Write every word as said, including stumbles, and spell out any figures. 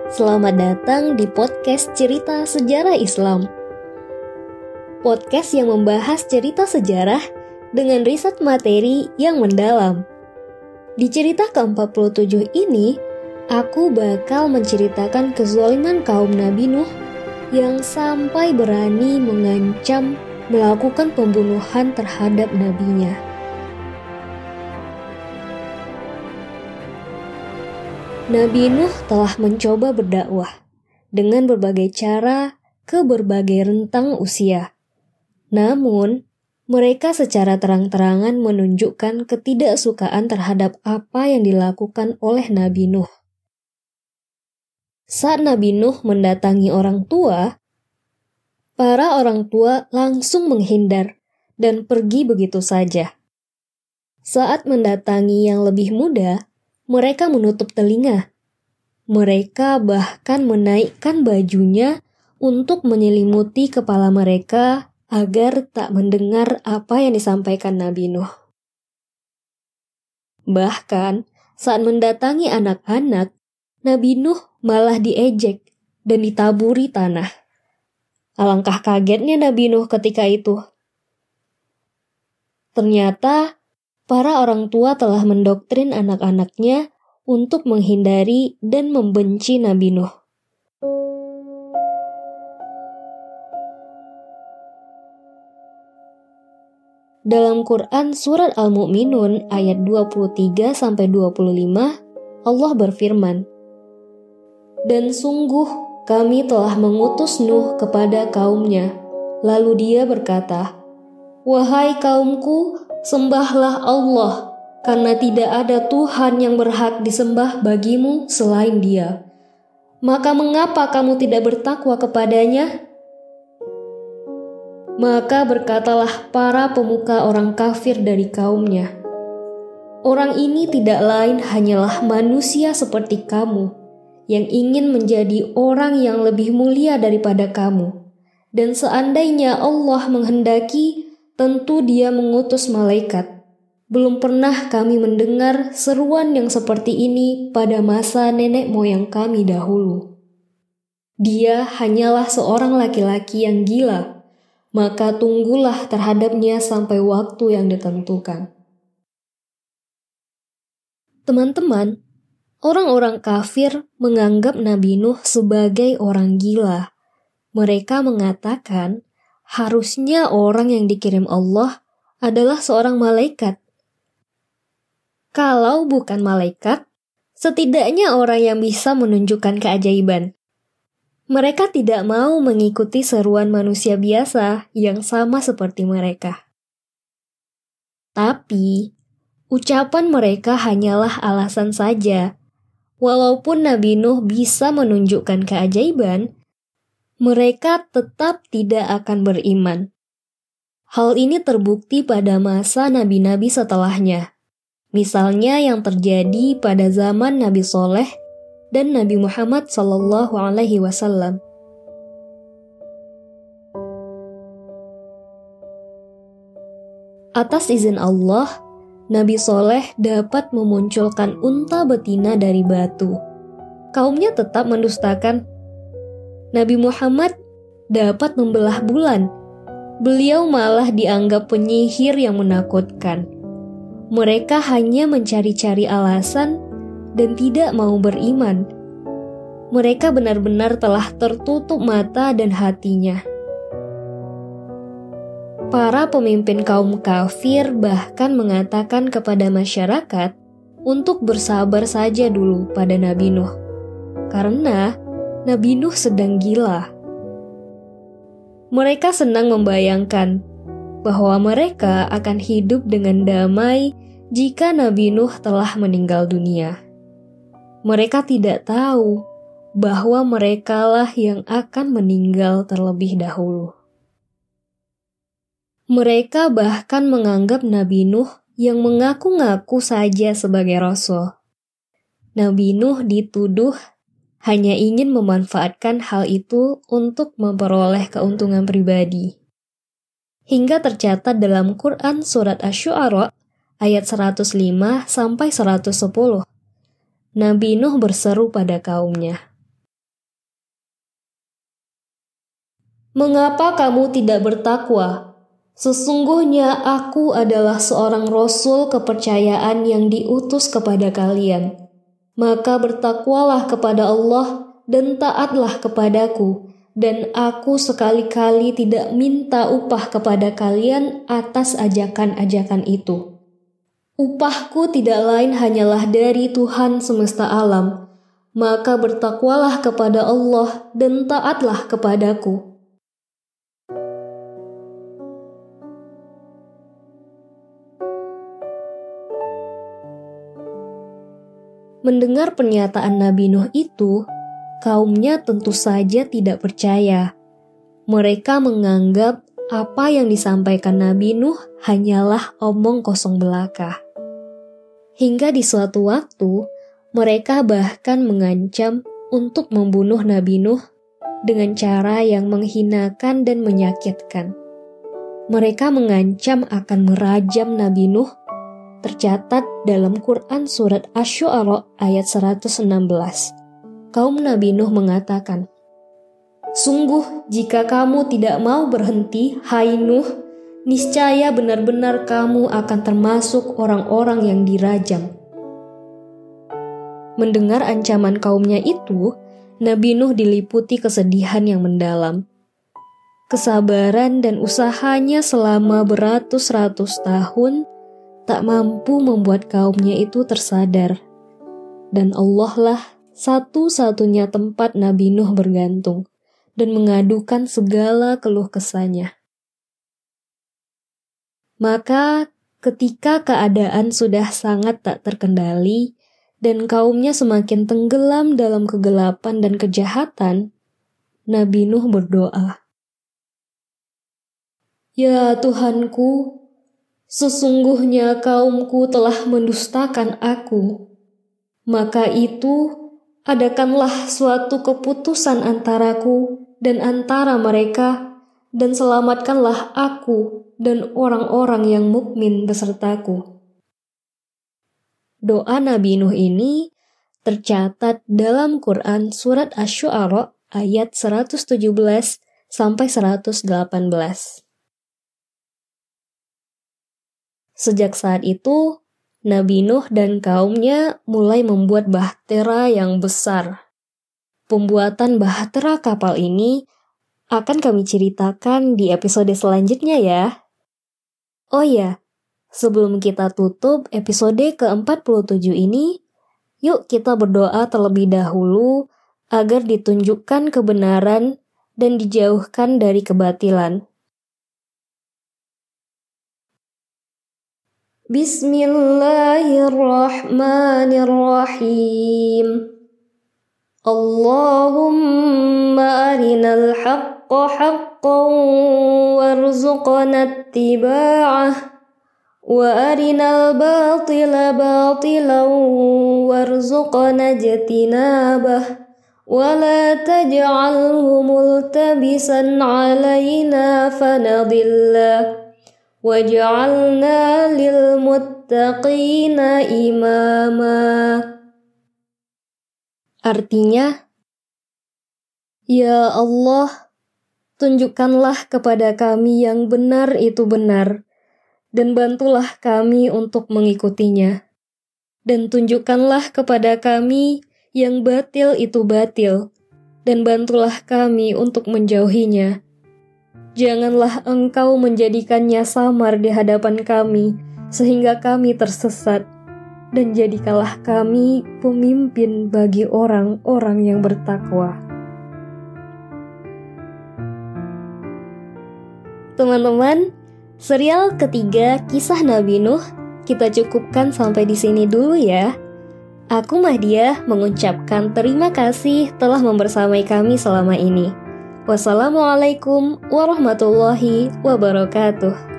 Selamat datang di podcast Cerita Sejarah Islam. Podcast yang membahas cerita sejarah dengan riset materi yang mendalam. Di cerita ke empat puluh tujuh ini, aku bakal menceritakan kezaliman kaum Nabi Nuh yang sampai berani mengancam melakukan pembunuhan terhadap nabinya. Nabi Nuh telah mencoba berdakwah dengan berbagai cara ke berbagai rentang usia. Namun, mereka secara terang-terangan menunjukkan ketidaksukaan terhadap apa yang dilakukan oleh Nabi Nuh. Saat Nabi Nuh mendatangi orang tua, para orang tua langsung menghindar dan pergi begitu saja. Saat mendatangi yang lebih muda, mereka menutup telinga. Mereka bahkan menaikkan bajunya untuk menyelimuti kepala mereka agar tak mendengar apa yang disampaikan Nabi Nuh. Bahkan, saat mendatangi anak-anak, Nabi Nuh malah diejek dan ditaburi tanah. Alangkah kagetnya Nabi Nuh ketika itu. Ternyata, para orang tua telah mendoktrin anak-anaknya untuk menghindari dan membenci Nabi Nuh. Dalam Quran Surat Al-Mu'minun ayat dua puluh tiga sampai dua puluh lima, Allah berfirman, "Dan sungguh kami telah mengutus Nuh kepada kaumnya. Lalu dia berkata, 'Wahai kaumku, sembahlah Allah, karena tidak ada Tuhan yang berhak disembah bagimu selain Dia. Maka mengapa kamu tidak bertakwa kepadanya?' Maka berkatalah para pemuka orang kafir dari kaumnya, 'Orang ini tidak lain hanyalah manusia seperti kamu, yang ingin menjadi orang yang lebih mulia daripada kamu. Dan seandainya Allah menghendaki, tentu Dia mengutus malaikat. Belum pernah kami mendengar seruan yang seperti ini pada masa nenek moyang kami dahulu. Dia hanyalah seorang laki-laki yang gila, maka tunggulah terhadapnya sampai waktu yang ditentukan.'" Teman-teman, orang-orang kafir menganggap Nabi Nuh sebagai orang gila. Mereka mengatakan, harusnya orang yang dikirim Allah adalah seorang malaikat. Kalau bukan malaikat, setidaknya orang yang bisa menunjukkan keajaiban. Mereka tidak mau mengikuti seruan manusia biasa yang sama seperti mereka. Tapi, ucapan mereka hanyalah alasan saja. Walaupun Nabi Nuh bisa menunjukkan keajaiban, mereka tetap tidak akan beriman. Hal ini terbukti pada masa nabi-nabi setelahnya. Misalnya yang terjadi pada zaman Nabi Soleh dan Nabi Muhammad Sallallahu Alaihi Wasallam. Atas izin Allah, Nabi Soleh dapat memunculkan unta betina dari batu. Kaumnya tetap mendustakan. Nabi Muhammad dapat membelah bulan. Beliau malah dianggap penyihir yang menakutkan. Mereka hanya mencari-cari alasan dan tidak mau beriman. Mereka benar-benar telah tertutup mata dan hatinya. Para pemimpin kaum kafir bahkan mengatakan kepada masyarakat untuk bersabar saja dulu pada Nabi Nuh, karena Nabi Nuh sedang gila. Mereka senang membayangkan bahwa mereka akan hidup dengan damai jika Nabi Nuh telah meninggal dunia. Mereka tidak tahu bahwa merekalah yang akan meninggal terlebih dahulu. Mereka bahkan menganggap Nabi Nuh yang mengaku-ngaku saja sebagai rasul. Nabi Nuh dituduh hanya ingin memanfaatkan hal itu untuk memperoleh keuntungan pribadi. Hingga tercatat dalam Quran Surat Asy-Syu'ara ayat seratus lima sampai seratus sepuluh. Nabi Nuh berseru pada kaumnya, Mengapa kamu tidak bertakwa? Sesungguhnya aku adalah seorang rasul kepercayaan yang diutus kepada kalian. Maka bertakwalah kepada Allah dan taatlah kepadaku, dan aku sekali-kali tidak minta upah kepada kalian atas ajakan-ajakan itu. Upahku tidak lain hanyalah dari Tuhan semesta alam, maka bertakwalah kepada Allah dan taatlah kepadaku. Mendengar pernyataan Nabi Nuh itu, kaumnya tentu saja tidak percaya. Mereka menganggap apa yang disampaikan Nabi Nuh hanyalah omong kosong belaka. Hingga di suatu waktu, mereka bahkan mengancam untuk membunuh Nabi Nuh dengan cara yang menghinakan dan menyakitkan. Mereka mengancam akan merajam Nabi Nuh, tercatat dalam Quran Surat Asy-Syu'ara ayat seratus enam belas. Kaum Nabi Nuh mengatakan, "Sungguh jika kamu tidak mau berhenti, hai Nuh, niscaya benar-benar kamu akan termasuk orang-orang yang dirajam." Mendengar ancaman kaumnya itu, Nabi Nuh diliputi kesedihan yang mendalam. Kesabaran dan usahanya selama beratus-ratus tahun tak mampu membuat kaumnya itu tersadar. Dan Allah lah satu-satunya tempat Nabi Nuh bergantung dan mengadukan segala keluh kesahnya. Maka ketika keadaan sudah sangat tak terkendali dan kaumnya semakin tenggelam dalam kegelapan dan kejahatan, Nabi Nuh berdoa, "Ya Tuhanku, sesungguhnya kaumku telah mendustakan aku. Maka itu, adakanlah suatu keputusan antaraku dan antara mereka, dan selamatkanlah aku dan orang-orang yang mukmin besertaku." Doa Nabi Nuh ini tercatat dalam Quran Surat Asy-Syu'ara ayat seratus tujuh belas sampai seratus delapan belas. Sejak saat itu, Nabi Nuh dan kaumnya mulai membuat bahtera yang besar. Pembuatan bahtera kapal ini akan kami ceritakan di episode selanjutnya ya. Oh ya, sebelum kita tutup episode ke empat puluh tujuh ini, yuk kita berdoa terlebih dahulu agar ditunjukkan kebenaran dan dijauhkan dari kebatilan. Bismillahirrahmanirrahim. Allahumma arinal haqqa haqqan warzuqna ittiba'ah wa arinal batila batilan warzuqna ijtinabah wa la taj'alhu multabisan 'alaina fanadilla waj'alna lil muttaqina imama. Artinya, ya Allah, tunjukkanlah kepada kami yang benar itu benar, dan bantulah kami untuk mengikutinya. Dan tunjukkanlah kepada kami yang batil itu batil, dan bantulah kami untuk menjauhinya. Janganlah Engkau menjadikannya samar di hadapan kami, sehingga kami tersesat. Dan jadikanlah kami pemimpin bagi orang-orang yang bertakwa. Teman-teman, serial ketiga Kisah Nabi Nuh kita cukupkan sampai di sini dulu ya. Aku Mahdiah mengucapkan terima kasih telah membersamai kami selama ini. Wassalamualaikum warahmatullahi wabarakatuh.